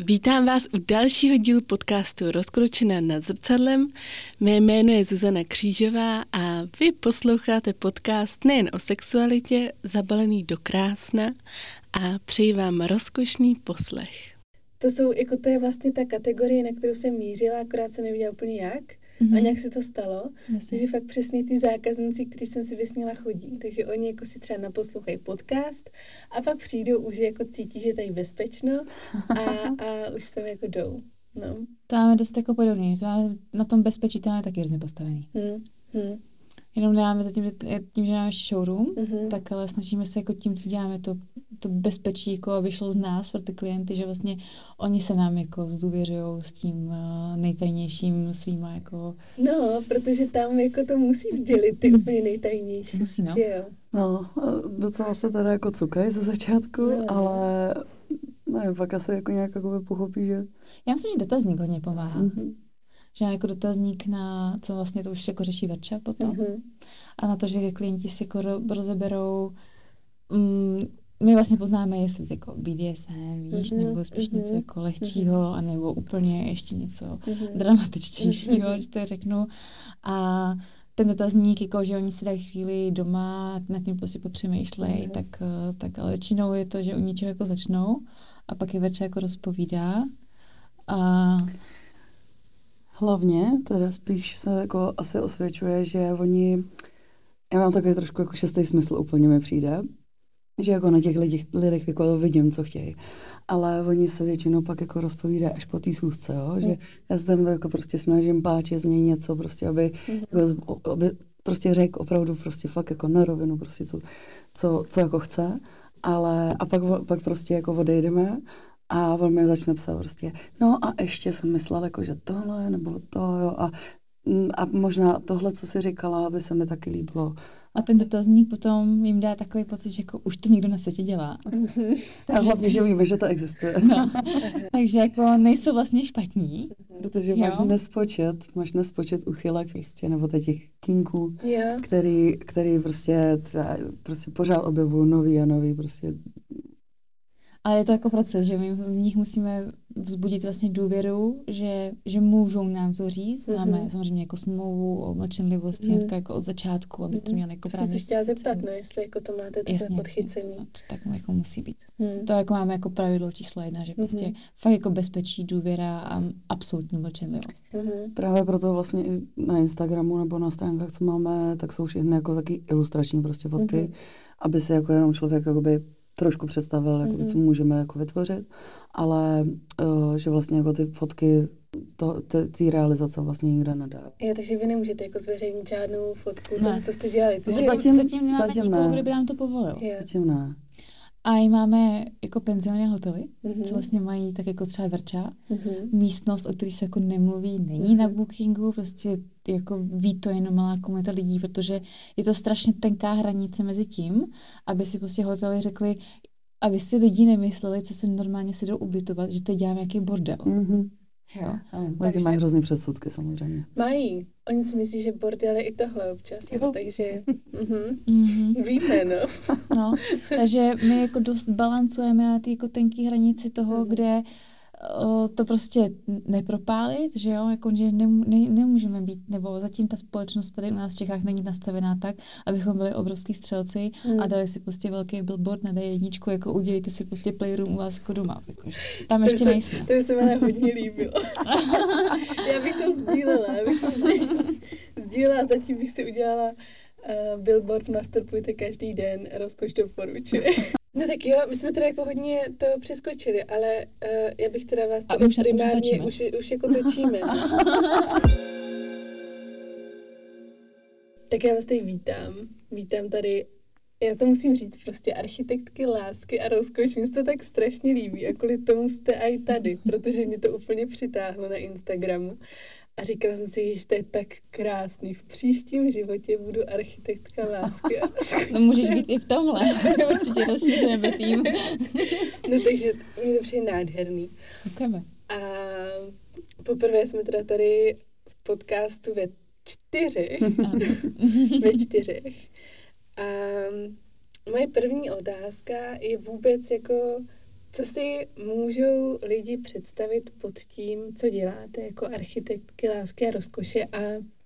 Vítám vás u dalšího dílu podcastu Rozkročená nad zrcadlem. Mé jméno je Zuzana Křížová a vy posloucháte podcast nejen o sexualitě, zabalený do krásna a přeji vám rozkošný poslech. To je vlastně ta kategorie, na kterou jsem mířila, akorát se nevěděla úplně jak. A nějak se to stalo, takže fakt přesně ty zákazníci, kteří jsem si vysnila, chodí. Takže oni jako si třeba naposlouchají podcast a pak přijdou, už jako cítí, že je tady bezpečno a už se jako jdou. No. To máme dost jako podobný. Na tom bezpečí to máme taky hrozně postavený. Jenom nemáme zatím, tím, že máme ještě showroom, tak ale snažíme se jako tím, co děláme, to bezpečí, jako aby šlo z nás pro ty klienty, že vlastně oni se nám jako zdůvěřujou s tím nejtajnějším svýma jako... No, protože tam jako to musí sdělit ty úplně nejtajnější. Musí, no. Že jo? No, docela se teda jako cukají ze začátku, ale ne, pak asi jako nějak jako pochopí, že... Já myslím, že dotazník hodně pomáhá. Že mám jako dotazník na, co vlastně to už jako řeší Verča potom. A na to, že klienti si jako rozeberou, my vlastně poznáme, jestli jako BDSM, víš, nebo spíš něco jako lehčího, anebo úplně ještě něco dramatičtějšího, když to řeknu. A ten dotazník, jako, že oni si dají chvíli doma, nad tím prostě popřemýšlej, tak ale většinou je to, že u něčeho jako začnou a pak je Verča jako rozpovídá. A hlavně, teda spíš se jako asi osvědčuje, že oni, já mám takový trošku jako šestý smysl úplně mi přijde, že jako na těch lidech jako vidím, co chtějí. Ale oni se většinou pak jako rozpovídají až po té schůzce, jo? Že já se tam jako prostě snažím páčit z něj něco, prostě, aby prostě řekl opravdu prostě fakt jako na rovinu, prostě co jako chce, ale a pak prostě jako odejdeme a on mi začne psát prostě, no a ještě jsem myslela, jako, že tohle, nebo to, jo, a možná tohle, co jsi říkala, by se mi taky líbilo. A ten dotazník potom jim dá takový pocit, že jako už to někdo na světě dělá. A hlavně, že víme, že to existuje. No. Takže jako nejsou vlastně špatní. Protože máš nespočet uchylek prostě, nebo těch kinků, který prostě pořád objevují nový a nový prostě. Ale je to jako proces, že my v nich musíme vzbudit vlastně důvěru, že můžou nám to říct. Máme samozřejmě jako smlouvu o mlčenlivosti, jako od začátku, aby to měli jako právě. To jsem se chtěla zeptat, no, jestli jako to máte takové podchycení. No, to tak jako musí být. To jako máme jako pravidlo číslo 1, že prostě fakt jako bezpečí, důvěra a absolutní mlčenlivost. Právě proto vlastně i na Instagramu nebo na stránkách, co máme, tak jsou všechny jako taky ilustrační prostě fotky, aby se jako jenom člověk jakoby trošku představil, jako, co můžeme jako vytvořit, ale že vlastně jako ty fotky, ty realizace vlastně nikde nedá. Takže vy nemůžete jako zveřejnit žádnou fotku toho, co jste dělali. Zatím nemáme nikoho, kdo by nám to povolil. Zatím ne. A i máme jako penziony a hotely, co vlastně mají tak jako třeba Verča. Místnost, o které se jako nemluví, není na bookingu, prostě jako ví to jenom malá komunita lidí, protože je to strašně tenká hranice mezi tím, aby si prostě hotely řekli, aby si lidi nemysleli, co se normálně si jdou ubytovat, že to děláme nějaký bordel. Jo. Lidi mají hrozný předsudky samozřejmě. Mají. Oni si myslí, že bordel je i tohle občas, takže víte, no. No. Takže my jako dost balancujeme na té jako tenké hranici toho, kde to prostě nepropálit, že jo, jako, že nemůžeme být, nebo zatím ta společnost tady u nás v Čechách není nastavená tak, abychom byli obrovský střelci a dali si prostě velký billboard na D1, jako udělejte si prostě playroom u vás jako doma. Jako, tam ještě nejsme. To by se mi hodně líbilo. Já bych to sdílela, zatím bych si udělala billboard nastupujte každý den, rozkoš doporučuje. No tak jo, my jsme teda jako hodně to přeskočili, ale já bych teda vás tady primárně už jako točíme. Tak já vás tady vítám tady, já to musím říct, prostě architektky lásky a rozkoš, mi se to tak strašně líbí a kvůli tomu jste i tady, protože mě to úplně přitáhlo na Instagramu. A říkala jsem si, že to je tak krásný. V příštím životě budu architektka lásky. No můžeš být i v tomhle. Určitě rozšíříme tým. No takže mě to přijde nádherný. Děkujeme. A poprvé jsme teda tady v podcastu ve 4. Ve 4. A moje první otázka je vůbec jako Co si můžou lidi představit pod tím, co děláte jako architektky lásky a rozkoše a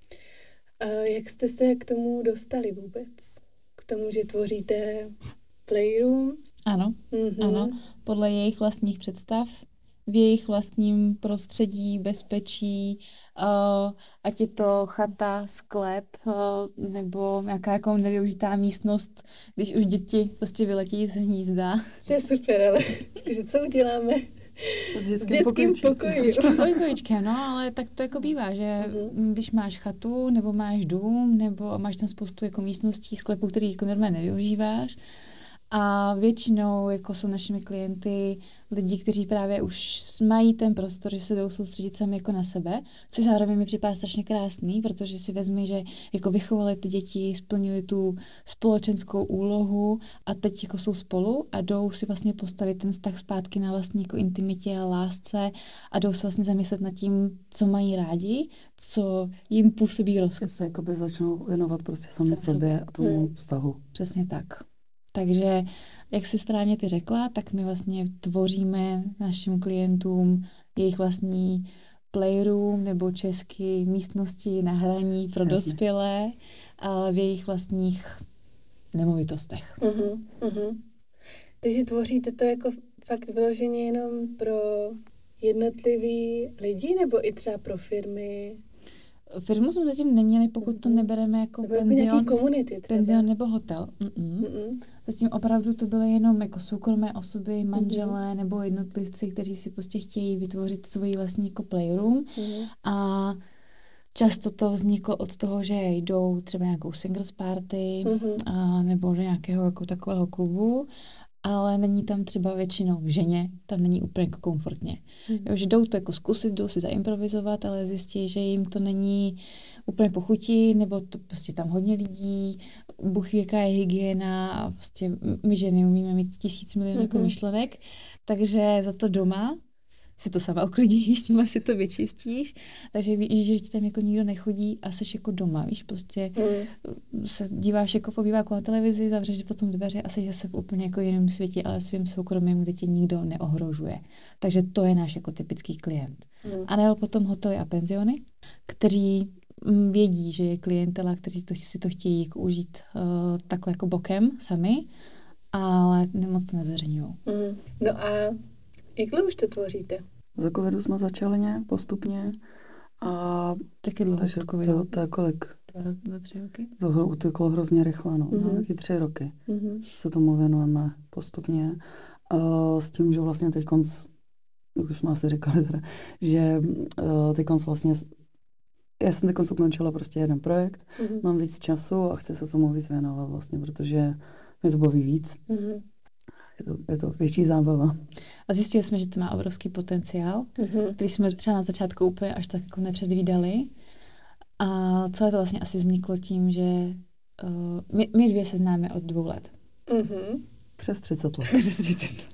jak jste se k tomu dostali vůbec? K tomu, že tvoříte playrooms? Ano, ano, podle jejich vlastních představ, v jejich vlastním prostředí, bezpečí, ať je to chata, sklep, nebo nějaká jako nevyužitá místnost, když už děti prostě vyletí z hnízda. To je super, ale že co uděláme S dětským Pokojíčkem, no, ale tak to jako bývá, že když máš chatu, nebo máš dům, nebo máš tam spoustu jako místností, sklepů, který jako normálně nevyužíváš. A většinou jako jsou našimi klienty lidi, kteří právě už mají ten prostor, že se jdou soustředit sami jako na sebe, což zároveň mi připadá strašně krásný, protože si vezmi, že jako vychovali ty děti, splnili tu společenskou úlohu a teď jako jsou spolu a jdou si vlastně postavit ten vztah zpátky na vlastní jako intimitě a lásce a jdou se vlastně zamyslet nad tím, co mají rádi, co jim působí rozkoš. Se jakoby začnou věnovat prostě sami sobě a tomu vztahu. Přesně tak. Takže, jak jsi správně ty řekla, tak my vlastně tvoříme našim klientům jejich vlastní playroom nebo česky místnosti na hraní pro dospělé a v jejich vlastních nemovitostech. Takže tvoříte to jako fakt vyloženě jenom pro jednotlivý lidi nebo i třeba pro firmy? Firmu jsme zatím neměli, pokud to nebereme jako penzion nebo hotel. Zatím opravdu to byly jenom jako soukromé osoby, manželé nebo jednotlivci, kteří si prostě chtějí vytvořit svůj vlastní jako playroom. A často to vzniklo od toho, že jdou třeba nějakou swingers party nebo do nějakého jako takového klubu, ale není tam třeba většinou v ženě, tam není úplně jako komfortně. Jo, že jdou to jako zkusit, jdou si zaimprovizovat, ale zjistí, že jim to není úplně pochutí, nebo to prostě tam hodně lidí, Bůh ví, jaká je hygiena a prostě my ženy umíme mít 1000 milionů jako myšlenek, takže za to doma si to sama uklidíš, tím si to vyčistíš, takže víš, že ti tam jako nikdo nechodí a seš jako doma, víš, prostě se díváš jako v obýváku na televizi, zavřeš potom dveře a seš zase v úplně jako jiném světě, ale svým soukromím, kde tě nikdo neohrožuje. Takže to je náš jako typický klient. A nebo potom hotely a penziony, kteří vědí, že je klientela, kteří si to chtějí jako užít takhle jako bokem sami, ale moc to nezveřejňují. No a jak dlouho už to tvoříte? Za covidu jsme začali nějak postupně a taky dlouho od covidu. To je kolik? 2-3 roky? To uteklo hrozně rychle, no. Taky 3 roky se tomu věnujeme postupně. S tím, že vlastně teď už jsme asi říkali teda, že teď vlastně já jsem teď ukončila prostě jeden projekt, mám víc času a chci se tomu víc věnovat vlastně, protože mě to baví víc. Je to větší zábava. A zjistili jsme, že to má obrovský potenciál, který jsme třeba na začátku úplně až tak jako nepředvídali. A celé to vlastně asi vzniklo tím, že my dvě se známe od 2 let. Přes 30 let. Přes 30 let.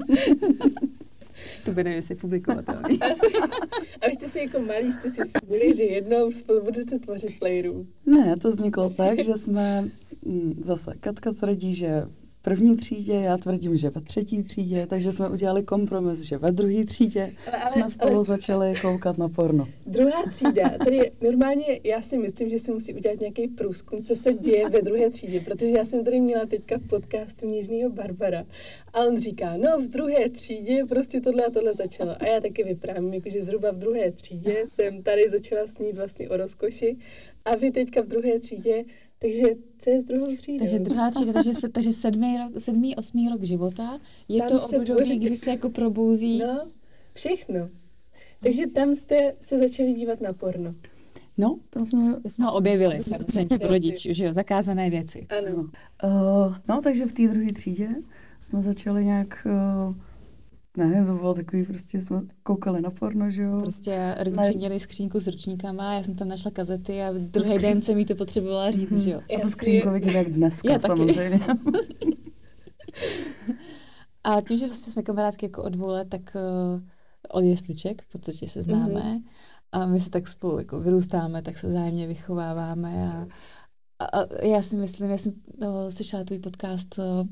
To by nevím, jestli publikovatelný. A už jste si jako malí, jste si slibili, že jednou spolu budete tvořit playroom. Ne, to vzniklo tak, že jsme zase Katka tvrdí, že v 1. třídě, já tvrdím, že ve 3. třídě, takže jsme udělali kompromis, že ve 2. třídě jsme spolu začali koukat na porno. 2. třída, tady normálně já si myslím, že si musí udělat nějaký průzkum, co se děje ve 2. třídě, protože já jsem tady měla teďka v podcastu Něžnýho Barbara a on říká, no v 2. třídě prostě tohle a tohle začalo. A já taky vyprávím, jakože zhruba v 2. třídě jsem tady začala snít vlastně o rozkoši a vy teďka v 2. třídě. Takže co je s 2. třídou? Takže 2. třída, takže 7., 8. rok života je tam to období, kdy se jako probouzí. No, všechno. Takže tam jste se začali dívat na porno. No, tam jsme ho objevili, samozřejmě rodiči, že jo, zakázané věci. Ano. No, takže v té 2. třídě jsme začali nějak... Ne, to bylo takový, prostě jsme koukali na porno, že jo. Prostě rodiče měli skřínku s ručníkama, já jsem tam našla kazety a druhý den jsem jí to potřebovala říct, že jo. A tu skřínku vidím jak dneska, samozřejmě. A tím, že vlastně jsme kamarádky jako od 2 let, tak od jesliček v podstatě se známe a my se tak spolu jako vyrůstáme, tak se vzájemně vychováváme a já si myslím, já jsem slyšela tvůj podcast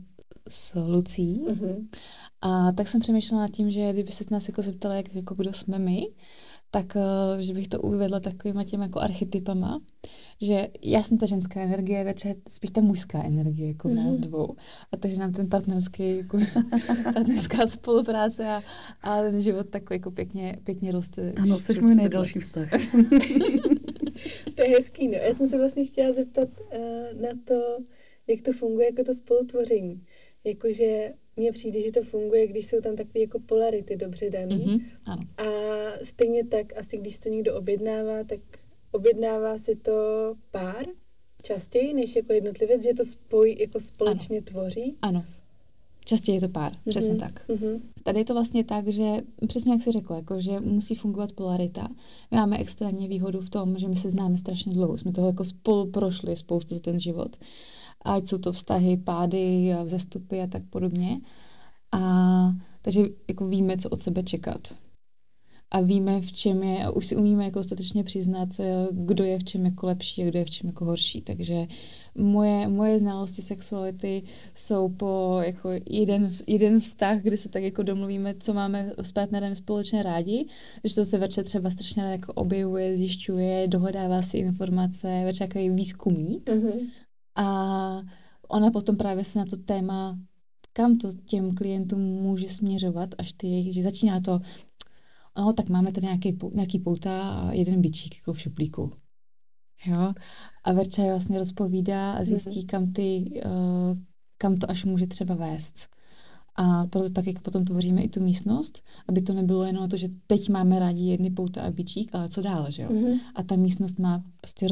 s Lucí. A tak jsem přemýšlela nad tím, že kdyby se nás jako zeptala, jako kdo jsme my, tak že bych to uvedla takovýma těma jako archetypama, že já jsem ta ženská energie, večer spíš ta mužská energie, jako v nás dvou. A takže nám ten partnerský, jako partnerská spolupráce a ten život takhle jako pěkně roste. Ano, jsi můj nejdelší vztah. To je hezký, no. Já jsem se vlastně chtěla zeptat na to, jak to funguje jako to spolutvoření. Jakože mně přijde, že to funguje, když jsou tam takové jako polarity dobře daný. Ano. A stejně tak, asi když to někdo objednává, tak objednává si to pár častěji než jako jednotlivec, že to jako společně tvoří. Ano. Častěji je to pár, přesně tak. Tady je to vlastně tak, že přesně jak jsi řekla, jako, že musí fungovat polarita. My máme extrémně výhodu v tom, že my se známe strašně dlouho. Jsme toho jako spolu prošli spoustu ten život. Ať jsou to vztahy, pády, vzestupy a tak podobně. A takže jako víme, co od sebe čekat. A víme, v čem je, a už si umíme jako dostatečně přiznat, kdo je v čem jako lepší a kdo je v čem jako horší. Takže moje znalosti sexuality jsou po jako jeden vztah, kde se tak jako domluvíme, co máme s partnerem společně rádi, že to se večer třeba strašně jako objevuje, zjišťuje, dohledává si informace, večer jako je výzkumník. A ona potom právě se na to téma, kam to těm klientům může směřovat, až že začíná to, tak máme tady nějaký pouta a jeden bičík jako v šuplíku. Jo? A Verča vlastně rozpovídá a zjistí, kam to až může třeba vést. A proto tak, jak potom tvoříme i tu místnost, aby to nebylo jenom to, že teď máme rádi jedny pouta a bičík, ale co dál, že jo? A ta místnost má prostě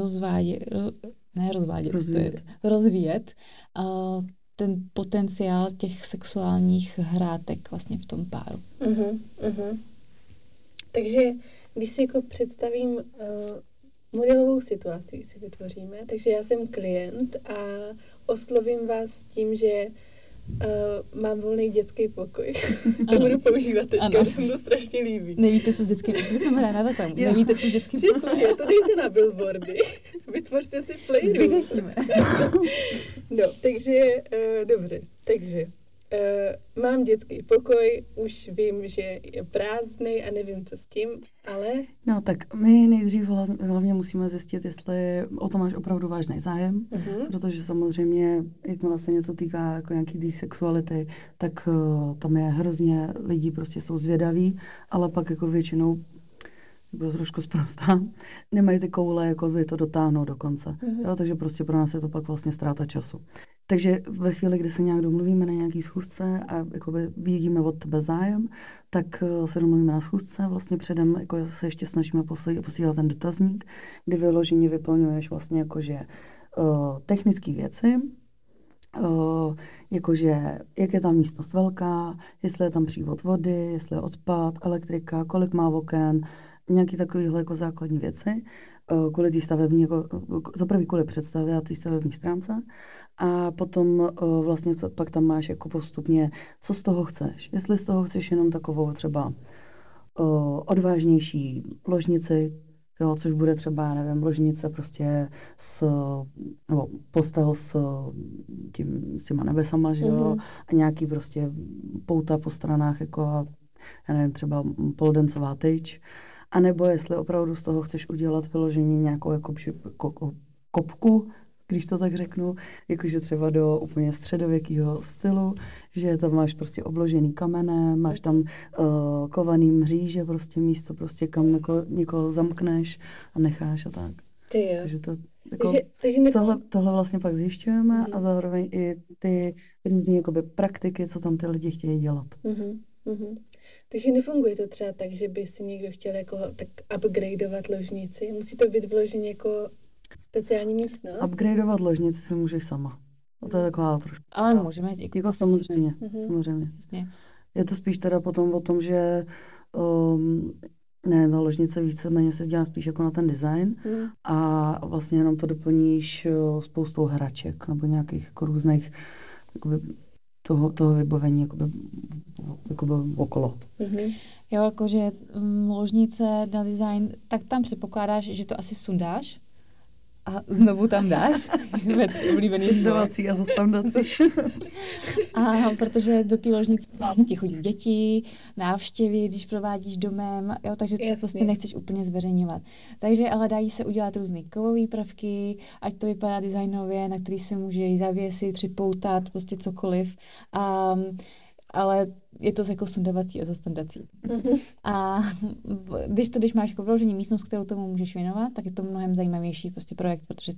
rozvíjet ten potenciál těch sexuálních hrátek vlastně v tom páru. Takže když si jako představím modelovou situaci, si vytvoříme, takže já jsem klient a oslovím vás s tím, že mám volný dětský pokoj. To budu používat teďka, protože se mi to strašně líbí. Nevíte, co s dětským pokojem? My jsme hráli na reklamu. Nevíte, co s dětským pokojem? Přesně, to dejte na billboardy. Vytvořte si playroom. Vyřešíme. No, takže, dobře. Takže mám dětský pokoj, už vím, že je prázdnej a nevím, co s tím, ale... No tak my nejdřív hlavně musíme zjistit, jestli o to máš opravdu vážný zájem, protože samozřejmě, jakmile se něco týká jako nějaký té sexuality, tak tam je hrozně lidí, prostě jsou zvědaví, ale pak jako většinou bylo trošku zprostá, nemají ty koule, jako by to dotáhnout do konce. Jo, takže prostě pro nás je to pak vlastně ztráta času. Takže ve chvíli, kdy se nějak domluvíme na nějaký schůzce a jakoby vidíme od tebe zájem, tak se domluvíme na schůzce, vlastně předem jako se ještě snažíme posílat ten dotazník, kdy vyloženě vyplňuješ vlastně jakože technické věci, jakože jak je tam místnost velká, jestli je tam přívod vody, jestli je odpad, elektrika, kolik má oken, nějaký takovýhle jako základní věci, kvůli té stavební, jako, za první kvůli představě a té stavební stránce a potom vlastně pak tam máš jako postupně, co z toho chceš. Jestli z toho chceš jenom takovou třeba odvážnější ložnici, jo, což bude třeba, nevím, ložnice prostě nebo postel s těma nebesama, že jo, a nějaký prostě pouta po stranách, jako já nevím, třeba poldencová tyč, a nebo jestli opravdu z toho chceš udělat vyložení nějakou jako kopku, když to tak řeknu, jakože třeba do úplně středověkého stylu, že tam máš prostě obložený kamenem, máš tam kovaný mříže, prostě místo, prostě kam někoho zamkneš a necháš a tak. Takže to jako, tohle vlastně pak zjišťujeme a zároveň i ty různé jakoby praktiky, co tam ty lidi chtějí dělat. Takže nefunguje to třeba tak, že by si někdo chtěl jako tak upgradeovat ložnici? Musí to být vloženě jako speciální místnost? Upgradeovat ložnici si můžeš sama. To je taková trošku. Ale můžeme jako samozřejmě. Samozřejmě. Jasně. Je to spíš teda potom o tom, že ta ložnice víceméně se dělá spíš jako na ten design a vlastně jenom to doplníš spoustou hraček nebo nějakých jako různých jakoby, toho vybavení jakoby okolo. Jo, jakože ložnice na design, tak tam předpokládáš, že to asi sundáš a znovu tam dáš. Oblíbený sjednovací a zase tam dací. A protože do té ložnice ti chodí děti, návštěvy, když provádíš domem, jo, takže to prostě nechceš úplně zveřejňovat. Takže ale dají se udělat různý kovové prvky, ať to vypadá designově, na který se můžeš zavěsit, připoutat, prostě cokoliv. Ale je to jako sundavací a zastandací. A když máš jako vložení místnost, kterou tomu můžeš věnovat, tak je to mnohem zajímavější prostě projekt, protože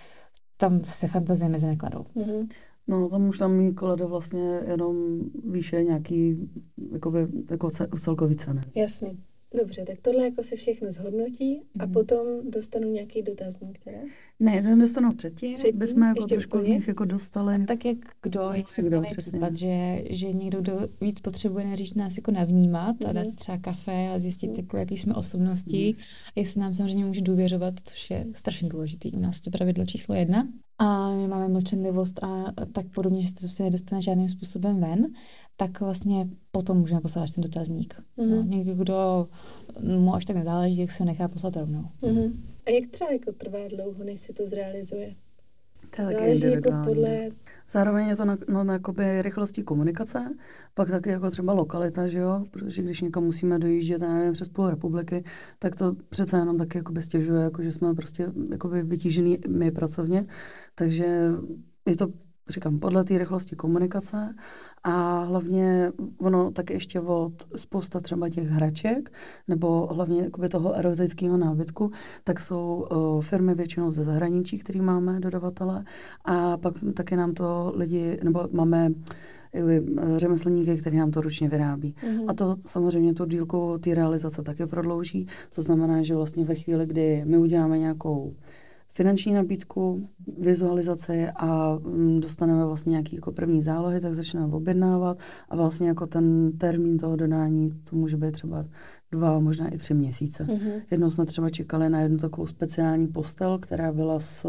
tam se fantazie mezi nekladou. No, tam už tam klade vlastně jenom výše nějaký jako celkový ceny. Jasně. Dobře, tak tohle jako se všechno zhodnotí a potom dostanu nějaký dotazník, teda? Ne, ten dostanou předtím bychom jako trošku z nich jako dostali. Tak jak kdo případ, že někdo, kdo víc potřebuje neříct nás jako navnímat a dát si třeba kafe a zjistit, jako, jaký jsme osobností a jestli nám samozřejmě může důvěřovat, což je strašně důležitý. U nás to pravidlo číslo 1. A máme mlčenlivost a tak podobně, že to se nedostane žádným způsobem ven, tak vlastně potom můžeme poslat ten dotazník. No, někdo, kdo mu až tak nezáleží, jak se nechá poslat rovnou. A jak třeba jako trvá dlouho, než se to zrealizuje? To je taky individuální jako zároveň je to na jakoby rychlosti komunikace, pak taky jako třeba lokalita, že jo, protože když někam musíme dojíždět, já nevím, přes půl republiky, tak to přece jenom taky jakoby stěžuje, jako že jsme prostě jakoby vytížený my pracovně, takže je to, říkám, podle té rychlosti komunikace a hlavně ono taky ještě od spousta třeba těch hraček, nebo hlavně jakoby toho erotického nábytku, tak jsou firmy většinou ze zahraničí, který máme dodavatele a pak taky nám to lidi, nebo máme řemeslníky, který nám to ručně vyrábí. A to samozřejmě tu dílku té realizace taky prodlouží, to znamená, že vlastně ve chvíli, kdy my uděláme nějakou finanční nabídku, vizualizaci a dostaneme vlastně nějaký jako první zálohy, tak začneme objednávat a vlastně jako ten termín toho dodání, to může být třeba 2, možná i 3 měsíce. Jednou jsme třeba čekali na jednu takovou speciální postel, která byla s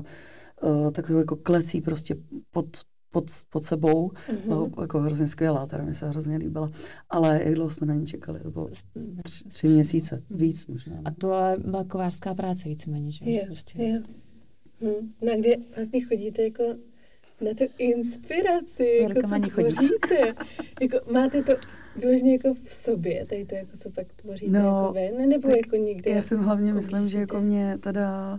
takovou jako klecí prostě pod sebou, jako hrozně skvělá, teda mi se hrozně líbila, ale jak dlouho jsme na ní čekali, to bylo 3 měsíce, víc možná. A to byla kovářská práce víceméně, že? Jo, prostě. jo. No a kde vlastně chodíte jako na tu inspiraci, jako co tvoříte? Jako, máte to vyloženě jako v sobě, tady to jako co pak tvoříte jako ven, nebo jako někde? Já si hlavně myslím, že jako mě teda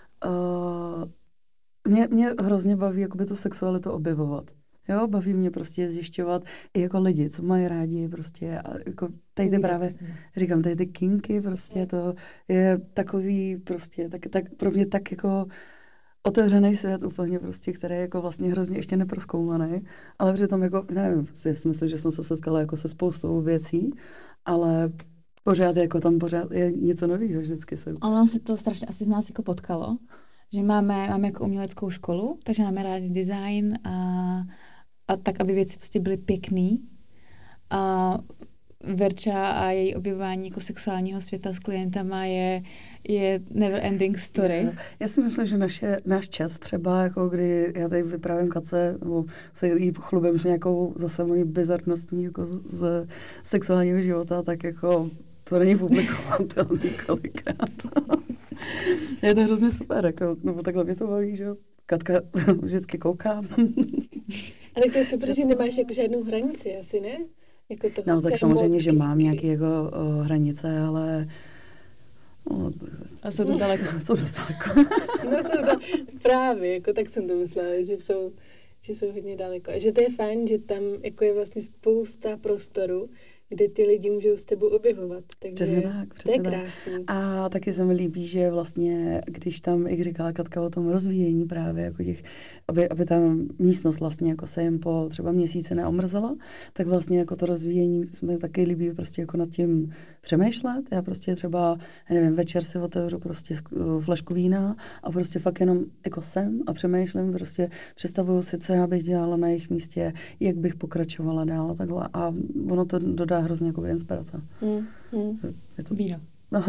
mě hrozně baví jakoby tu sexualitu objevovat. Jo, baví mě prostě zjišťovat i jako lidi, co mají rádi prostě a jako tady ty právě, říkám, tady ty kinky prostě, to je takový prostě, tak pro mě tak jako otevřený svět úplně prostě, který je jako vlastně hrozně ještě neprozkoumaný, ale přitom jako, nevím, si myslím, že jsem se setkala jako se spoustou věcí, ale pořád jako tam pořád je něco nového vždycky se. A nám se to strašně asi z nás jako potkalo, že máme jako uměleckou školu, takže máme rádi design a tak, aby věci prostě byly pěkný. A Verča a její objevování jako sexuálního světa s klientama je never ending story. Já si myslím, že náš čas třeba, jako kdy já tady vyprávím Katce, nebo se jí chlubím s nějakou zase mojí bizarnostní jako z sexuálního života, tak jako to není publikovatelný kolikrát. Je to hrozně super, jako, nebo takhle mě to baví, že jo. Katka vždycky kouká. Ale to je super, že nemáš jako žádnou hranici, asi ne? Jako toho, no tak samozřejmě, že mám nějaké jako hranice, ale a jsou dost daleko. Jsou dost daleko. Právě, jako tak jsem to myslela, že jsou hodně daleko. A že to je fajn, že tam jako je vlastně spousta prostoru, kde ty lidi můžou s tebou objevovat. Takže přesně tak. To je krásný. A taky se mi líbí, že vlastně, když tam, jak říkala Katka o tom rozvíjení právě, jako těch, aby ta místnost vlastně jako se jim po třeba měsíci neomrzela, tak vlastně jako to rozvíjení se mi taky líbí prostě jako nad tím přemýšlet. Já prostě třeba, nevím, večer si otevřu prostě flašku vína a prostě fakt jenom jako jsem a přemýšlím, prostě představuju si, co já bych dělala na jejich místě, jak bych pokračovala dál a takhle. A ono to dodá hrozně jako inspirace. Je to víno. No.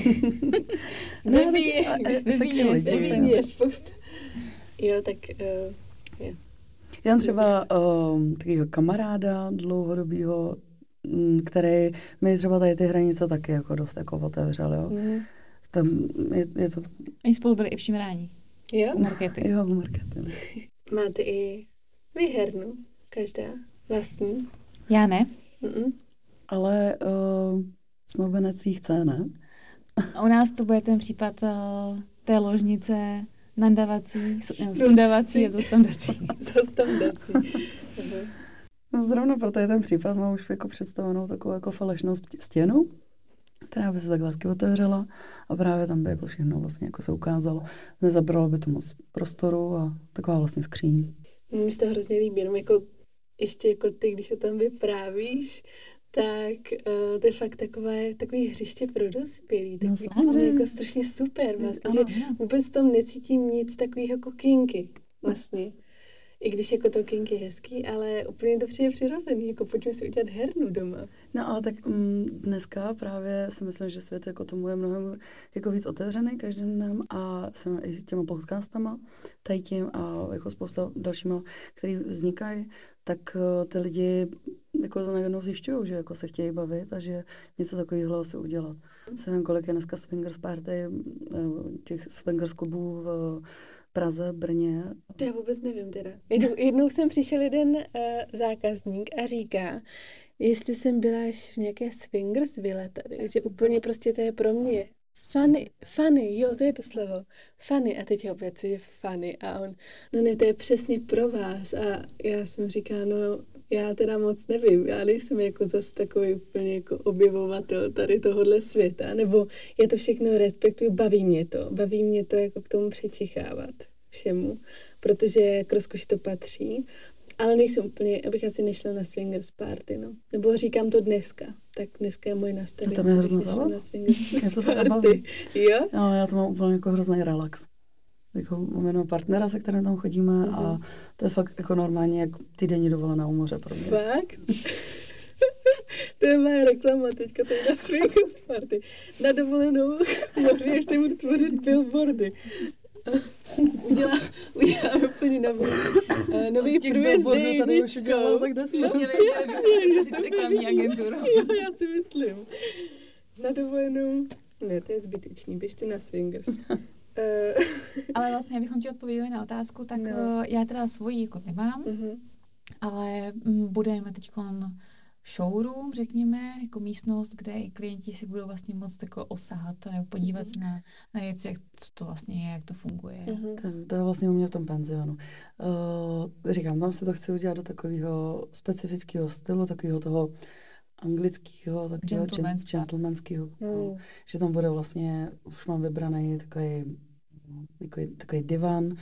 Ve víně je spousta. Jo, tak jo. Já mám třeba takového kamaráda dlouhodobýho, který mi třeba tady ty hranice taky jako dost jako otevřel, jo. Tam je to... Oni spolu byli i v Šimrání. Jo? Markety. Jo, markety. Máte i vy hernu, každá vlastní. Já ne. Mm-mm. Ale snoubenec jí chce, ne? U nás to bude ten případ té ložnice nandavací, sundavací a zastandací. Zastandací. No zrovna proto je ten případ, mám už jako představenou takovou jako falešnou stěnu, která by se takhle hezky otevřela a právě tam by jako všechno vlastně jako se ukázalo. Nezabralo by to moc prostoru a taková vlastně skříň. Mně se to hrozně líbí, jenom jako ještě jako ty, když o tom vyprávíš, tak to je fakt takový hřiště pro dospělý. No Takový, jako strašně super vlastně, že vůbec v tom necítím nic takového jako kinky vlastně. I když jako to kinky je hezký, ale úplně to přijde přirozený, jako pojďme si udělat hernu doma. No ale tak dneska právě si myslím, že svět jako tomu je mnohem jako víc otevřený každým dnem a jsem i s těma podcastama, tady tím a jako spousta dalšíma, který vznikají, tak ty lidi jako najednou zjišťují, že jako se chtějí bavit a že něco takového asi udělat. Jsem kolik je dneska swingers party, těch swingers klubů v Praze, Brně. To já vůbec nevím teda. Jednou jsem přišel jeden zákazník a říká, jestli jsem byla až v nějaké swingers vile tady, že úplně prostě to je pro mě funny, jo, to je to slovo, funny a teď opět, co je funny a on, no ne, to je přesně pro vás a já jsem říkala, no já teda moc nevím, já nejsem jako zas takový úplně jako objevovatel tady tohohle světa, nebo já to všechno respektuju, baví mě to jako k tomu přečichávat všemu, protože k rozkoši to patří, ale nejsem úplně, abych asi nešla na swingers party, no. Nebo říkám to dneska, tak dneska je moje nastavení. To mě hrozně zabaví. Já to se baví. Jo? Jo, já to mám úplně jako hrozný relax. Jako mám jenom partnera, se kterým tam chodíme a to je fakt jako normálně jak týdenní dovolená u moře pro mě. Fakt? To je má reklama teďka tady na swingers party. Na dovolenou moři ještě budu tvořit billboardy. Udělám úplně nový průjezd tady už udělal, tak jde se. Reklamní agenturu. Jo, já si myslím. Na dovolenou. Ne, to je zbytečný, běžte na swingers. Ale vlastně, abychom ti odpověděli na otázku, tak já teda svoji jako nemám, ale budeme teď showroom, řekněme, jako místnost, kde i klienti si budou vlastně moct jako osahat nebo podívat se na věci, jak to vlastně je, jak to funguje. To je vlastně u mě v tom penzionu. Říkám, tam se to chci udělat do takového specifického stylu, takového toho anglického, takového gentlemanského. Že tam bude vlastně, už mám vybraný takový divan,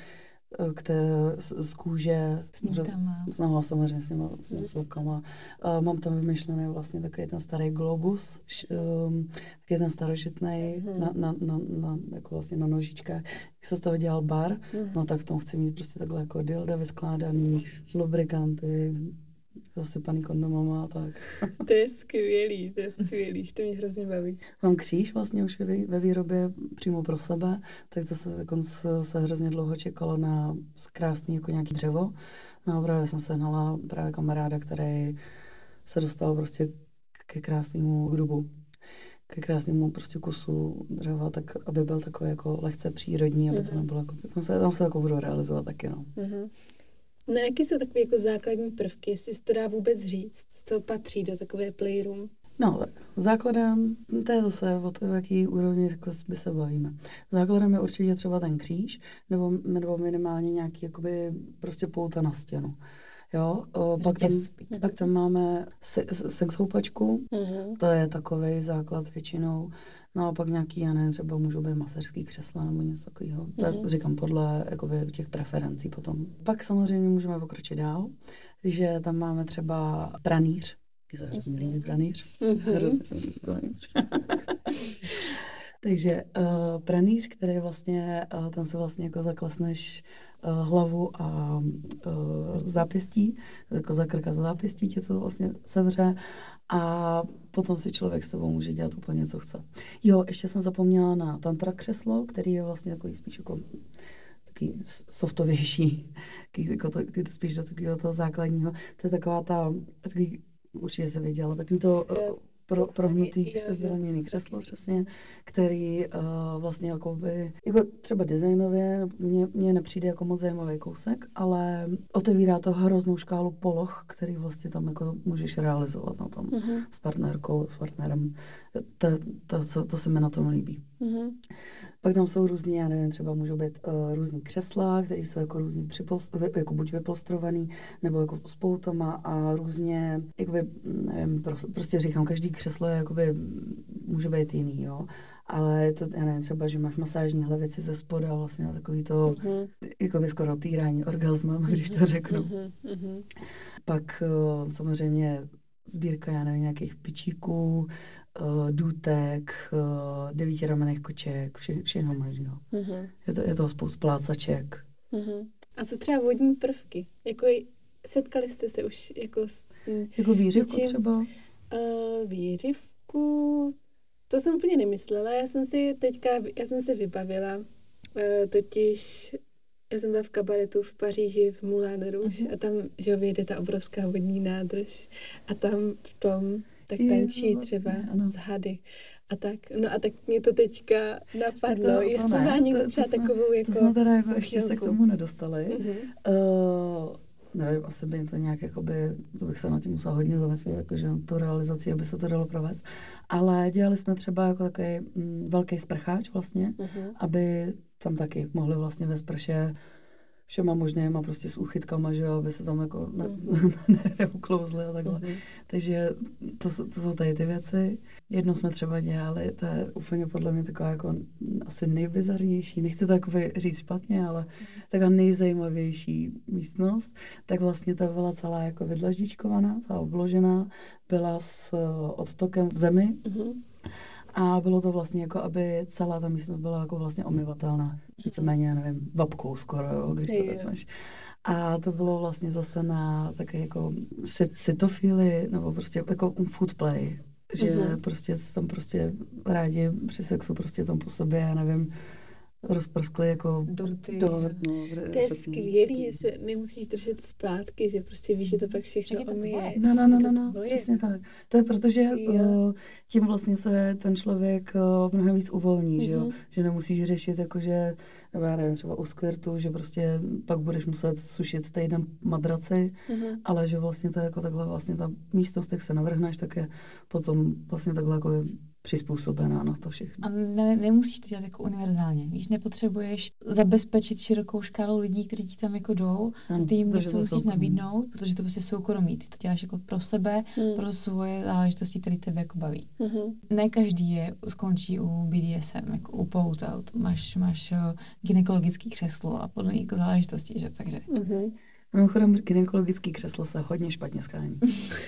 z kůže, samozřejmě s těmi sloukama. Mám tam vymyšlený vlastně takový ten starý globus, takový ten starožitnej jako vlastně na nožičkách. Jak se z toho dělal bar, no tak v tom chci mít prostě takhle jako dilda vyskládaný, lubrikanty, zasypaný kondomama a tak. To je skvělý, to mě hrozně baví. Mám kříž vlastně už ve výrobě přímo pro sebe, tak to se hrozně dlouho čekalo na krásný jako nějaký dřevo. No a právě jsem sehnala právě kamaráda, který se dostal prostě ke krásnému dubu, ke krásnému prostě kusu dřeva, tak aby byl takový jako lehce přírodní, aby to nebylo jako, tam se jako budu realizovat taky, no. No jaký jsou takové jako základní prvky, jestli se to dá vůbec říct, co patří do takové playroom? No tak základem, to je zase o to, jaký úrovni jako by se bavíme. Základem je určitě třeba ten kříž, nebo minimálně nějaký jakoby prostě pouta na stěnu. Jo, pak tam máme sex houpačku, to je takovej základ většinou. No a pak nějaký, já nevím, třeba můžou být maséřský křesla nebo něco takového. To je, říkám, podle jakoby, těch preferencí potom. Pak samozřejmě můžeme pokročit dál, že tam máme třeba pranýř. Ty se hrozně líbí pranýř. Hrozně se líbí pranýř. Takže pranýř, který vlastně, tam se vlastně jako zaklesneš hlavu a zápěstí, jako za krk a za zápěstí tě to vlastně sevře a potom si člověk s tebou může dělat úplně, co chce. Jo, ještě jsem zapomněla na tantra křeslo, který je vlastně takový spíš jako takový softovější, spíš do takového toho základního. To je taková ta, takový, určitě se věděla, takový to prohnutý zeleněný křeslo, přesně, který vlastně jako třeba designově mě nepřijde jako moc zajímavý kousek, ale otevírá to hroznou škálu poloh, který vlastně tam jako můžeš realizovat na tom s partnerkou, s partnerem. To se mi na tom líbí. Pak tam jsou různý, já nevím, třeba můžou být různý křesla, které jsou jako různě jako buď vypolstrovaný, nebo jako s poutama a různě, jakoby, nevím, prostě říkám, každý křeslo je, jakoby, může být jiný, jo. Ale je to, já nevím, třeba, že máš masážní hlavici ze spoda, vlastně na takový to, jakoby skoro týrání orgazmem, když to řeknu. Pak samozřejmě sbírka, já nevím, nějakých pičíků, důtek, 9ramenných koček, všechno možného. Je to spousta plácaček. A co třeba vodní prvky? Jako setkali jste se už jako s... Jako výřivku třeba? Výřivku, to jsem úplně nemyslela. Já jsem se vybavila, totiž já jsem byla v kabaretu v Paříži v Moulin Rouge a tam, že vyjede ta obrovská vodní nádrž a tam v tom tak tančí třeba z hady a tak. No a tak mě to teďka napadlo, jestli má někdo třeba takovou jako... To jsme teda jako ještě se k tomu nedostali. Nevím, asi by to nějak, jakoby, to bych se na tím musela hodně zamyslet, jakože tu realizaci, aby se to dalo provést. Ale dělali jsme třeba jako takový velký sprcháč vlastně, aby tam taky mohli vlastně ve sprše všema možnýma prostě s úchytkama, že jo, aby se tam jako neuklouzli a takhle. Takže to jsou tady ty věci. Jedno jsme třeba dělali, to je úplně podle mě taková jako asi nejbizarnější, nechci to jako říct špatně, ale taková nejzajímavější místnost, tak vlastně ta byla celá jako vydlaždičkovaná, celá obložená, byla s odtokem v zemi. A bylo to vlastně jako, aby celá ta místnost byla jako vlastně omyvatelná. Víceméně, já nevím, babkou skoro, jo, když to vezmeš. A to bylo vlastně zase na také jako cytofily, nebo prostě jako food play. Že prostě tam prostě rádi při sexu prostě tam po sobě, já nevím, rozprskli jako dorty. To je skvělý, že se nemusíš držet zpátky, že prostě víš, že to pak všechno omyješ. No, přesně tak. To je proto, že tím vlastně se ten člověk mnohem víc uvolní, že jo? Že nemusíš řešit jakože, nebo já nevím, třeba u skvirtu, že prostě pak budeš muset sušit týden madraci, ale že vlastně to je jako takhle vlastně ta místnost, jak se navrhneš, tak je potom vlastně takhle jako přizpůsobená na to všechno. A nemusíš to dělat jako univerzálně, víš, nepotřebuješ zabezpečit širokou škálu lidí, kteří ti tam jako jdou, ty jim něco musíš nabídnout, protože to prostě soukromí, ty to děláš jako pro sebe, pro svoje záležitosti, které tebe jako baví. Ne každý skončí u BDSM, jako u poutout, máš gynekologický křeslo a podle jako záležitosti, že takže. Mimochodem, gynekologický křeslo se hodně špatně schání.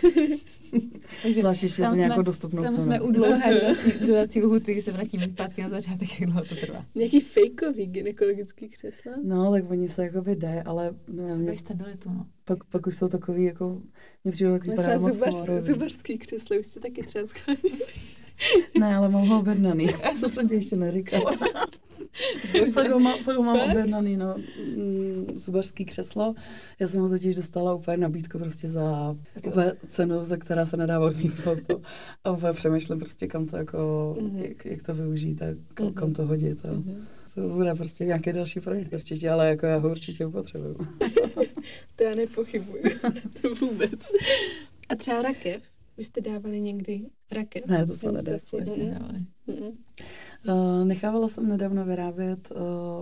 Zvlášť ještě nějakou dostupnou cenu. Tam jsme u dlouhé dodací lhuty, kdy se vrátíme zpátky na začátek, jak dlouho to trvá. Nějaký fejkový gynekologický křesla? No, tak oni se jako vydají, ale... Takový stabilitu, no. Pak už jsou takový, jako... Mě přijde takový vypadá moc fórový. Zubarský křeslo, už se taky třeba schání. Ne, ale mám ho objednaný. To jsem ti ještě neříkala. Fakt ho mám objednaný, no, zubařský křeslo. Já jsem ho totiž dostala úplně nabídku prostě za úplně cenu, za která se nedá odmítnout to. A úplně přemýšlím prostě, kam to jako, jak to využít a kam to hodit. To bude prostě nějaký další projekt určitě, ale jako já ho určitě upotřebuju. To já nepochybuju, to vůbec. A třeba rakev? Vy jste dávali někdy rakev? Ne, to jsme nedávali. Nechávala jsem nedávno vyrábět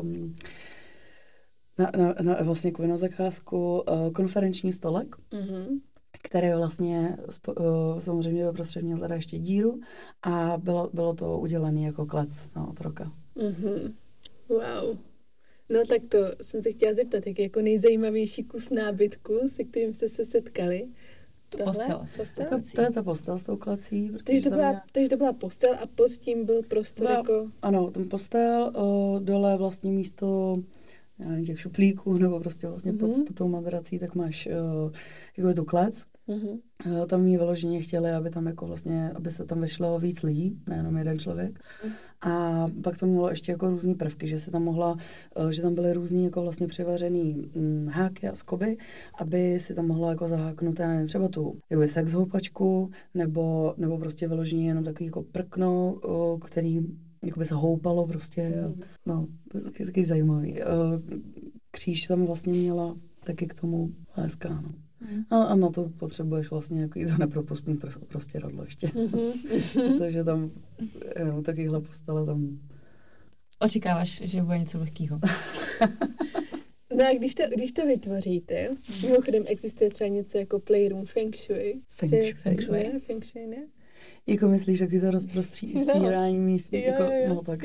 vlastně na zakázku konferenční stolek, který vlastně samozřejmě doprostřed měl teda ještě díru a bylo to udělané jako klec na otroka. Wow. No tak to jsem se chtěla zeptat, jak jako nejzajímavější kus nábytku, se kterým jste se setkali. Postel. To je ta postel s tou klecí. Takže to byla postel a pod tím byl prostor jako... Ano, ten postel, dole vlastně místo těch šuplíků, nebo prostě vlastně pod tou madrací, tak máš jako tu klec. Tam jí vyloženě chtěli, aby tam jako vlastně, aby se tam vešlo víc lidí, nejenom jeden člověk. A pak to mělo ještě jako různý prvky, že si tam mohla, že tam byly různý jako vlastně přivařený háky a skoby, aby si tam mohla jako zaháknout, já nevím, třeba tu jako sex houpačku, nebo prostě vyloženě jenom takový jako prkno, který jakoby se houpalo prostě, no, to je taky zajímavý. Kříž tam vlastně měla taky k tomu HSK, no. A na to potřebuješ vlastně jako to nepropustný prostěradlo ještě. Protože tam takovýhle postele tam... Očekáváš, že bude něco lehkýho. No a když to vytvoříte, mimochodem existuje třeba něco jako Playroom Feng Shui. Feng Shui, ne? Jako myslíš, taky to rozprostírání míst, jako, no tak.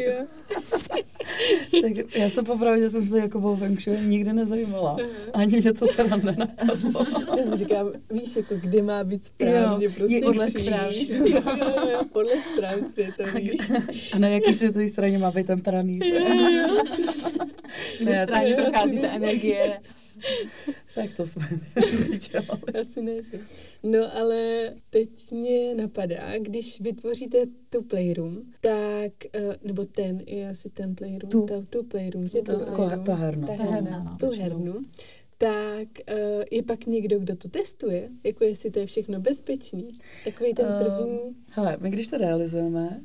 Tak já se popravdě jsem se jako o Feng Shui nikdy nezajímala. Ani mě to teda nenapadlo. Já si říkám, víš, jako kde má být správně, prostě podle strán. Podle strán světových. A na jaký světový straně má být ten pranýř. Kde straně prochází ta energie. Tak to jsme dělali. Asi ne, že? No ale teď mě napadá, když vytvoříte tu Playroom, tak, nebo je asi ten Playroom, tu Playroom, ta herna. Tu hernu, tak je pak někdo, kdo to testuje, jako jestli to je všechno bezpečný, takový ten první... Hele, my když to realizujeme,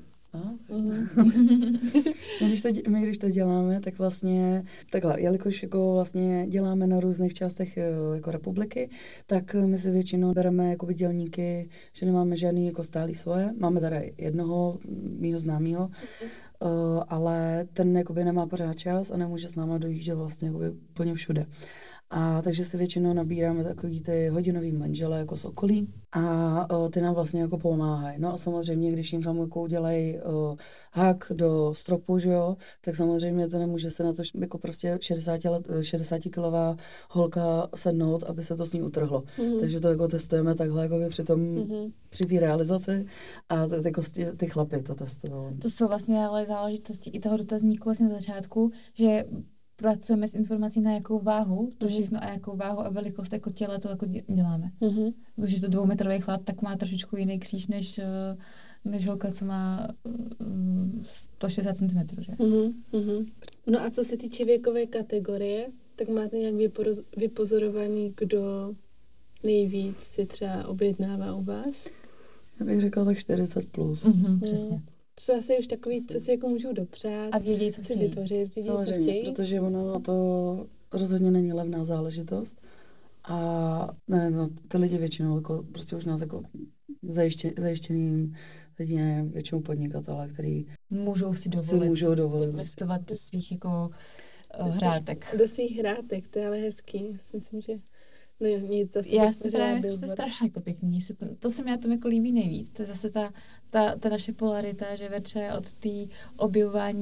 my když to děláme, tak vlastně takhle, jelikož jako vlastně děláme na různých částech jako republiky, tak my si většinou bereme jako dělníky, že nemáme žádný jako stálý svoje. Máme tady jednoho mýho známýho, ale ten jakoby nemá pořád čas a nemůže s náma dojíždět vlastně jakoby úplně všude. A takže si většinou nabíráme takový ty hodinový manžele jako z okolí a ty nám vlastně jako pomáhají. No a samozřejmě, když někam jako udělají hák do stropu, že jo, tak samozřejmě to nemůže se na to jako prostě 60-kilová holka sednout, aby se to s ní utrhlo. Takže to jako testujeme takhle jako při té realizaci a jako ty chlapy to testují. To jsou vlastně ale záležitosti i toho dotazníku vlastně na začátku, že pracujeme s informací na jakou váhu, to všechno a jakou váhu a velikost jako těla to jako děláme. Když to 2metrový chlap, tak má trošičku jiný kříž než holka, co má 160 cm, že? No a co se týče věkové kategorie, tak máte nějak vypozorovaný, kdo nejvíc si třeba objednává u vás? Já bych řekla tak 40+. Přesně. To jsou asi už takový, co si jako můžou dopřát. A vědějí, co chtějí. Vytvořit, samozřejmě, co chtějí. Protože ono to rozhodně není levná záležitost. A ne, no, ty lidi většinou, jako, prostě už nás jako zajištěným lidi, ne, většinou podnikatele, který můžou si dovolit investovat do svých jako hrátek. Do svých hrátek, to je ale hezký. Já si myslím, že nic zase. Já si právě myslím, že to je strašně jako pěkný. To se mi na tom jako líbí nejvíc. To je zase ta naše polarita, že Verča od té objevování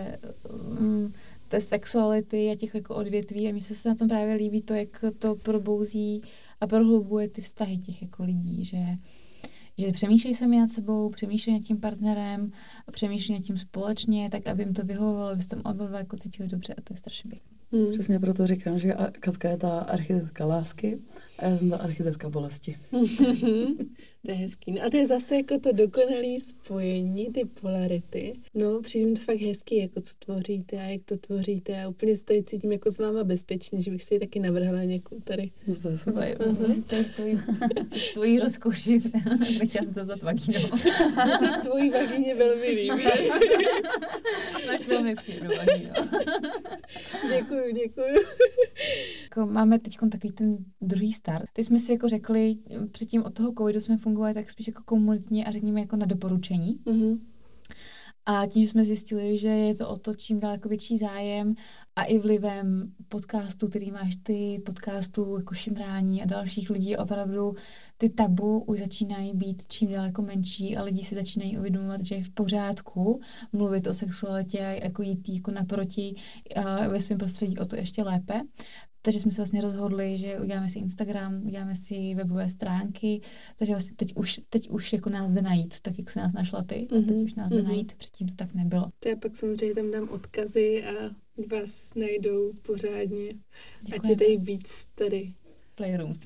té sexuality a těch jako odvětví a mně se na tom právě líbí to, jak to probouzí a prohlubuje ty vztahy těch jako lidí, že přemýšlej sami nad sebou, přemýšlej nad tím partnerem, přemýšlej nad tím společně, tak aby jim to vyhovovalo, aby se tam oba jako cítili dobře a to je strašně pěkné. Přesně proto říkám, že Katka je ta architektka lásky a já jsem ta architektka bolesti. To je hezký. No a to je zase jako to dokonalé spojení, ty polarity. No, přijde mi to fakt hezký, jako co tvoříte a jak to tvoříte a úplně se tady cítím jako s váma bezpečně, že bych si taky navrhla někoho tady. No to je super. V tvojí rozkoši. Nechtěla jsem to zvat vagínou. V tvojí vagíně velmi líbí. Máš velmi příjemnou vagínu. Děkuju. Jako máme teď takový ten druhý start. Teď jsme si jako řekli, předtím od toho covidu jsme fungovali tak spíš jako komunitně a řekněme jako na doporučení. A tím, že jsme zjistili, že je to o to čím dál jako větší zájem a i vlivem podcastů, který máš ty, podcastů jako Šimrání a dalších lidí, opravdu ty tabu už začínají být čím dál jako menší a lidi si začínají uvědomovat, že je v pořádku mluvit o sexualitě, jako jít jako naproti ve svém prostředí o to ještě lépe. Takže jsme se vlastně rozhodli, že uděláme si Instagram, uděláme si webové stránky, takže vlastně teď už jako nás jde najít, tak jak se nás našla ty, a teď už nás jde najít, předtím to tak nebylo. To já pak samozřejmě tam dám odkazy a vás najdou pořádně. Děkujeme. Ať je tady víc tady. Playrooms.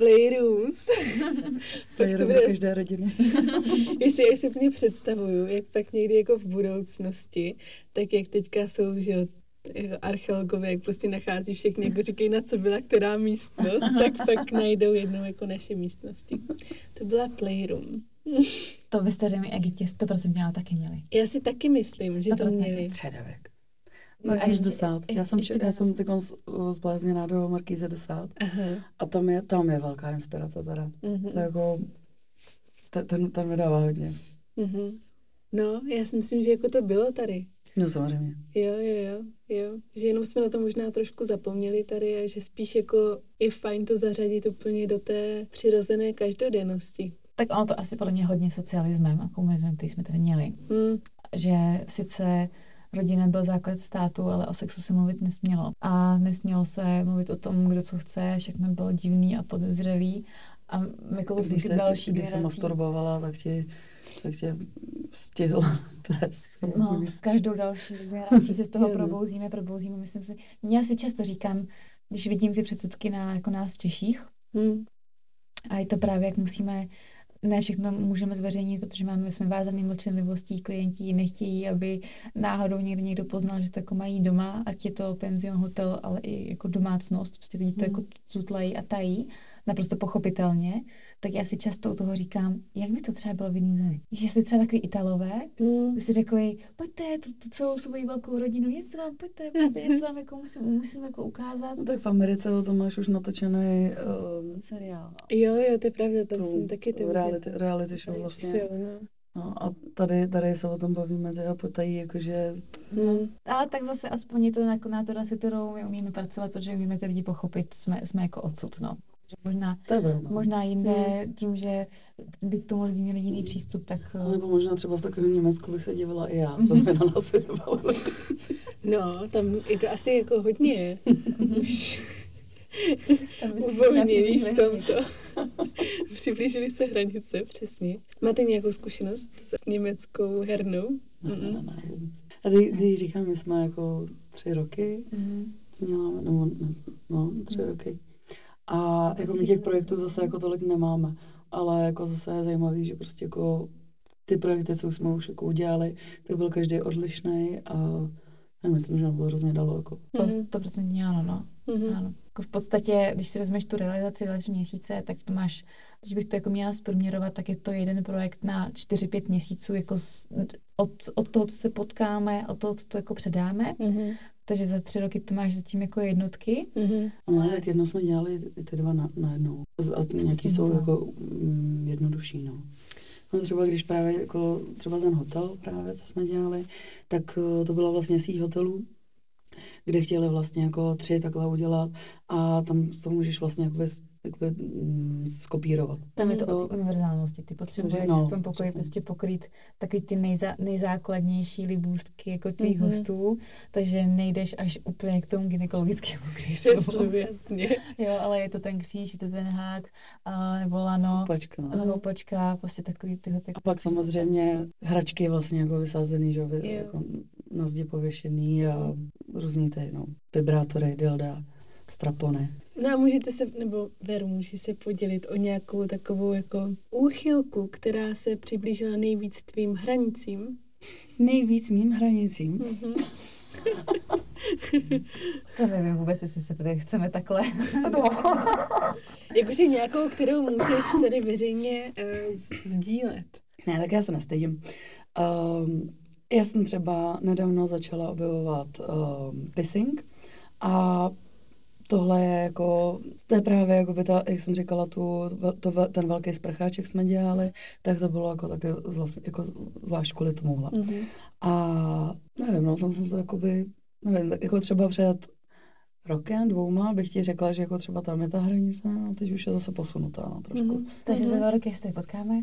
Playroom do každé rodiny. Ještě si úplně představuju, jak pak někdy jako v budoucnosti, tak jak teďka jsou, že jako archeologové, jak prostě nachází všechny, jako říkají, na co byla která místnost, tak pak najdou jednou jako naše místnosti. To byla Playroom. To ve starém Egyptě 100% taky měli. Já si taky myslím, že to 100% měli. Středověk. No, Markýz ještě- 10. Já jsem teď zblázněná do Markýze 10. Aha. A tam je velká inspirace teda. Mhm. To je jako, ten mi dává hodně. Mhm. No, já si myslím, že jako to bylo tady. No samozřejmě. Jo. Že jenom jsme na to možná trošku zapomněli tady a že spíš jako je fajn to zařadit úplně do té přirozené každodennosti. Tak ono to asi podle mě hodně socialismem a komunismem, který jsme tady měli. Že sice rodina byl základ státu, ale o sexu se mluvit nesmělo. A nesmělo se mluvit o tom, kdo co chce, všechno bylo divný a podezřelý. A jako Když další se masturbovala, tak tě stihl trest. No, s každou další generací se z toho probouzíme. Myslím si, já si často říkám, když vidím ty předsudky na jako nás Češích, a je to právě, jak musíme, ne všechno můžeme zveřejnit, protože jsme vázaný mlčenlivostí, klienti nechtějí, aby náhodou někdo poznal, že to jako mají doma, ať je to penzion, hotel, ale i jako domácnost, prostě lidi to jako tutlají a tají, naprosto pochopitelně, tak já si často u toho říkám, jak by to třeba bylo v jiném zemi. Když jste třeba takový Italové, by si řekli, pojďte, tu celou svoji velkou rodinu, něco vám jako musím jako ukázat. No tak v Americe o tom máš už natočený seriál, no. Jo, to je pravda, tam jsem taky ty reality show vlastně. no. No a tady se o tom bavíme, a potají jakože... Ale tak zase aspoň je to jako nátoda, se kterou my umíme pracovat, protože umíme ty lidi pochopit, jsme jako odsud, no. Že možná jinde tím, že by k tomu lidi měli jiný přístup, tak... Nebo možná třeba v takovém Německu bych se dívala i já, co by na nás světovali. No, tam je to asi jako hodně uvolněný v tomto. Přiblížily se hranice, přesně. Máte nějakou zkušenost s německou hernou? Ne, vůbec. A když říkám, my jsme jako 3 roky, děláme, no, 3 roky. A jako my těch projektů zase jako tolik nemáme, ale jako zase je zajímavý, že prostě jako ty projekty, co jsme už jako udělali, tak byl každý odlišný a já myslím, že nám bylo hrozně dalo jako. To 100% ano, no. Ano. Jako v podstatě, když si vezmeš tu realizaci 2 měsíce, tak to máš, když bych to jako měla zprůměrovat, tak je to jeden projekt na 4-5 měsíců jako od toho, co se potkáme, od toho, co to jako předáme. Takže za 3 roky to máš zatím jako jednotky. No, tak jednou jsme dělali ty 2 na jednou. A nějaký jsou jako jednodušší, no. No třeba když právě jako třeba ten hotel právě, co jsme dělali, tak to byla vlastně síť hotelů, kde chtěli vlastně jako 3 takhle udělat a tam to můžeš vlastně jakoby skopírovat. Tam je to o té univerzálnosti. Ty potřebuješ v tom pokoji prostě pokrýt taky ty nejzákladnější libůstky jako tvých hostů, takže nejdeš až úplně k tomu gynekologickému křeslu. Jasně. Jo, ale je to ten kříž, je to ten hák, nebo lano, houpačka, prostě takový tyhle. A pak samozřejmě hračky vlastně jako vysázený, že jako na zdi pověšený a různý vibrátory, dilda, strapony. No a můžete se, nebo Veru, může se podělit o nějakou takovou jako úchylku, která se přiblížila nejvíc tvým hranicím? Nejvíc mým hranicím? To nevím vůbec, jestli se tady chceme takhle. No. Jakože nějakou, kterou můžeš tady veřejně sdílet. Ne, tak já se nestydím. Já jsem třeba nedávno začala objevovat pissing a tohle je jako, to je právě jako by ta, jak jsem říkala, ten velký sprcháček jsme dělali, tak to bylo jako taky jako zvlášť kvůli tomuhle. A nevím, no tam jsem se jakoby, nevím, tak jako třeba před rokem, 2 bych ti řekla, že jako třeba tam je ta hranice a teď už je zase posunutá, no, trošku. Takže za 2 roky se tady potkáme.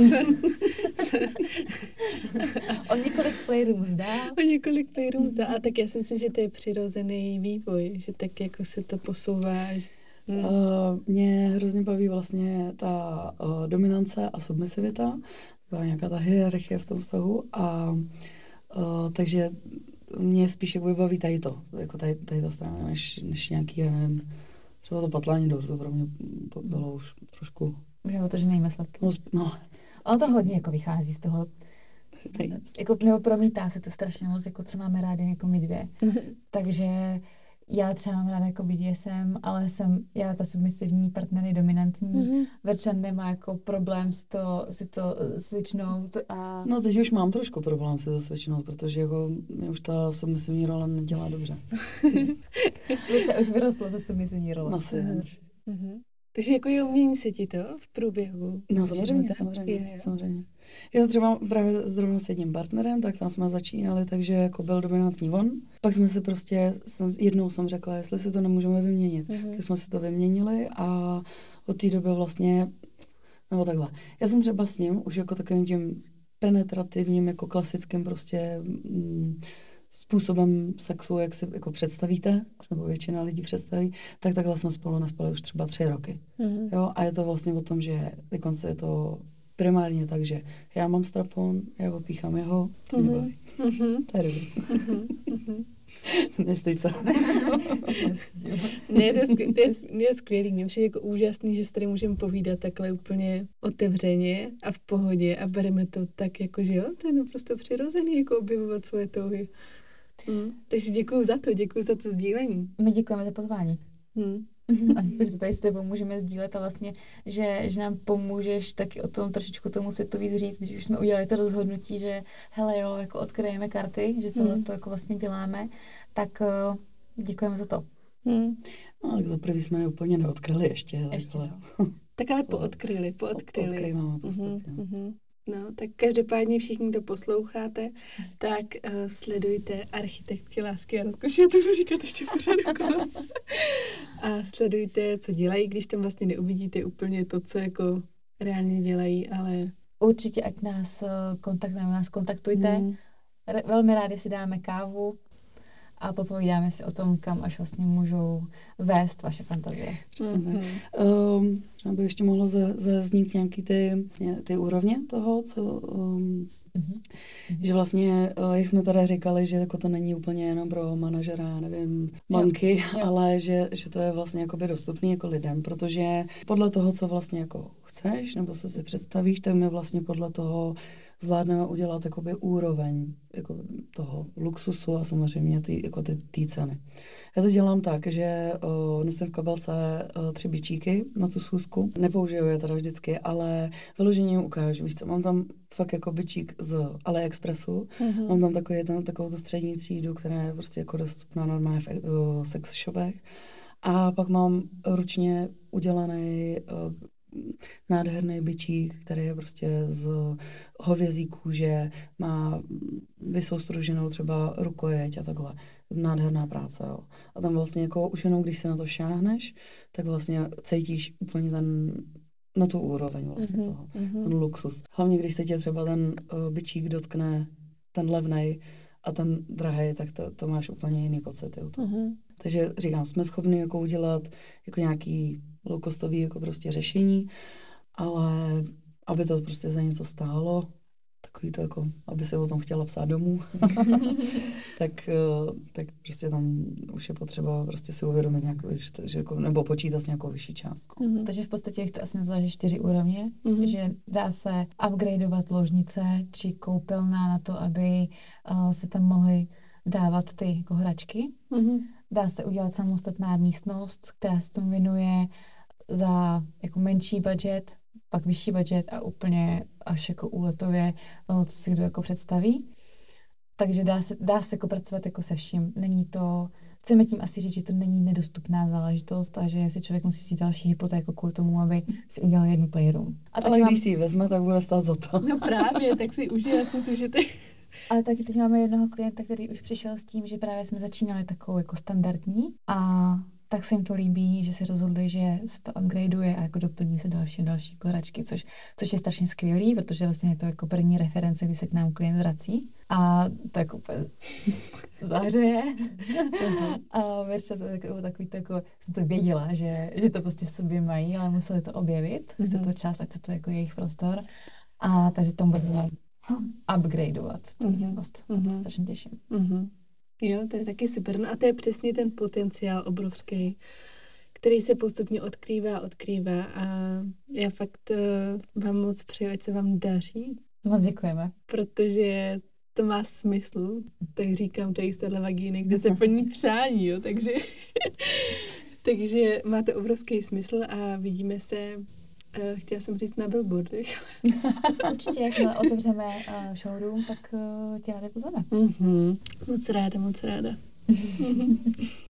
O několik playrooms dá. A tak já si myslím, že to je přirozený vývoj, že tak jako se to posouvá. Mě hrozně baví vlastně ta dominance a submisivita, taková nějaká ta hierarchie v tom vztahu a takže mě spíš jako baví tady to, jako tady ta strana, než nějaký, já nevím, třeba to patlání dortu pro mě bylo už trošku... Že o to, že nejme sladký. No. Ono to hodně jako vychází z toho, jako, nebo promítá se to strašně moc, jako co máme rádi jako my dvě. Takže já třeba mám ráda jako BDSM, ale já ta submisivní partner je dominantní. Verča nemá jako problém si to switchnout. A... No teď už mám trošku problém si to switchnout, protože jako mě už ta submisivní role nedělá dobře. Verča už vyrostla ze submisivní role. Asi. Takže jako je umění se ti to v průběhu? No samozřejmě. Já třeba právě zrovna s jedním partnerem, tak tam jsme začínali, takže jako byl dominantní on. Pak jsme si jednou jsem řekla, jestli si to nemůžeme vyměnit. Tak jsme si to vyměnili a od té doby vlastně, nebo takhle. Já jsem třeba s ním už jako takovým tím penetrativním, jako klasickým prostě způsobem sexu, jak si jako představíte, nebo většina lidí představí, tak takhle jsme spolu nespali už třeba 3 roky. Jo? A je to vlastně o tom, že dokonce je to primárně tak, že já mám strapon, já opíchám jeho, to mě baví. To je dobrý. Nestej se. Ne, to je skvělý. Mně přijde jako úžasný, že si tady můžeme povídat takhle úplně otevřeně a v pohodě a bereme to tak jako, že jo, to je naprosto přirozený, jako objevovat svoje touhy. Takže děkuju za to sdílení. My děkujeme za pozvání. A tady s tebou můžeme sdílet a vlastně, že nám pomůžeš taky o tom trošičku tomu světu víc říct, když už jsme udělali to rozhodnutí, že hele jo, jako odkryjeme karty, že tohle to jako vlastně děláme, tak děkujeme za to. No, tak za prvý jsme je úplně neodkryli ještě. Tak ale poodkryli. Odkryjeme postupně. No, tak každopádně všichni, kdo posloucháte, tak sledujte architektky lásky a rozkoši, já to budu říkat ještě pořád. A sledujte, co dělají, když tam vlastně neuvidíte úplně to, co jako reálně dělají, ale... Určitě, ať nás kontaktujte. Velmi rádi si dáme kávu a popovídáme si o tom, kam až vlastně můžou vést vaše fantazie. Třeba by ještě mohlo zaznít nějaký ty úrovně toho, co... Že vlastně, jak jsme tady říkali, že jako to není úplně jenom pro manažera, nevím, banky, ale že to je vlastně jakoby dostupný jako lidem, protože podle toho, co vlastně jako chceš, nebo co si představíš, tak my vlastně podle toho zvládneme udělat jakoby úroveň jako toho luxusu a samozřejmě ty ceny. Já to dělám tak, že nosím v kabelce 3 bičíky na tu schůzku. Nepoužiju je teda vždycky, ale vyloženě jim ukážu. Víš co, mám tam fakt jako bičík z AliExpressu. Mám tam takovou tu střední třídu, která je prostě jako dostupná normálně v sex shopech. A pak mám ručně udělaný nádherný bičík, který je prostě z hovězí kůže, má vysoustruženou třeba rukojeť a takhle. Nádherná práce, jo. A tam vlastně jako už jenom, když se na to šáhneš, tak vlastně cítíš úplně na tu úroveň vlastně toho, ten luxus. Hlavně, když se tě třeba ten bičík dotkne, ten levnej a ten drahej, tak to máš úplně jiný pocit. Takže říkám, jsme schopni jako udělat jako nějaký low-costový jako prostě řešení, ale aby to prostě za něco stálo, takový to jako, aby se o tom chtěla psát domů, tak prostě tam už je potřeba prostě si uvědomit nějakou, že jako, nebo počítat s nějakou vyšší částkou. Takže v podstatě bych to asi nazvala, že 4 úrovně, že dá se upgradeovat ložnice či koupelna na to, aby se tam mohly dávat ty jako hračky. Dá se udělat samostatná místnost, která se tomu věnuje za jako menší budget, pak vyšší budget a úplně až jako úletově, co si kdo jako představí. Takže dá se jako pracovat jako se vším. Není to, chceme tím asi říct, že to není nedostupná záležitost a že si člověk musí vzít další hypotéku kvůli tomu, aby si udělal jednu playroom. Ale když si ji vezme, tak bude stát za to. No právě, tak si užij, já si myslím, že Ale taky teď máme jednoho klienta, který už přišel s tím, že právě jsme začínali takovou jako standardní a tak se jim to líbí, že se rozhodli, že se to upgradeuje a jako doplní se další jako hračky, což je strašně skvělý, protože vlastně je to jako první reference, kdy se k nám klient vrací a to jako úplně zahřeje. A Verča to takový to jako, jsem to věděla, že to prostě v sobě mají, ale museli to objevit, chce to čas, ať se to jako jejich prostor a takže tam budeme upgradeovat tu místnost. To se strašně těším. Jo, to je taky super. No a to je přesně ten potenciál obrovský, který se postupně odkrývá a já fakt vám moc přeju, ať se vám daří. Moc děkujeme. Protože to má smysl, tak říkám tady z téhle vagíny, kde se plní přání, jo, takže má to obrovský smysl a vidíme se, chtěla jsem říct na billboardech. Určitě, jakmile otevřeme showroom, tak tě rádi pozveme. Moc ráda.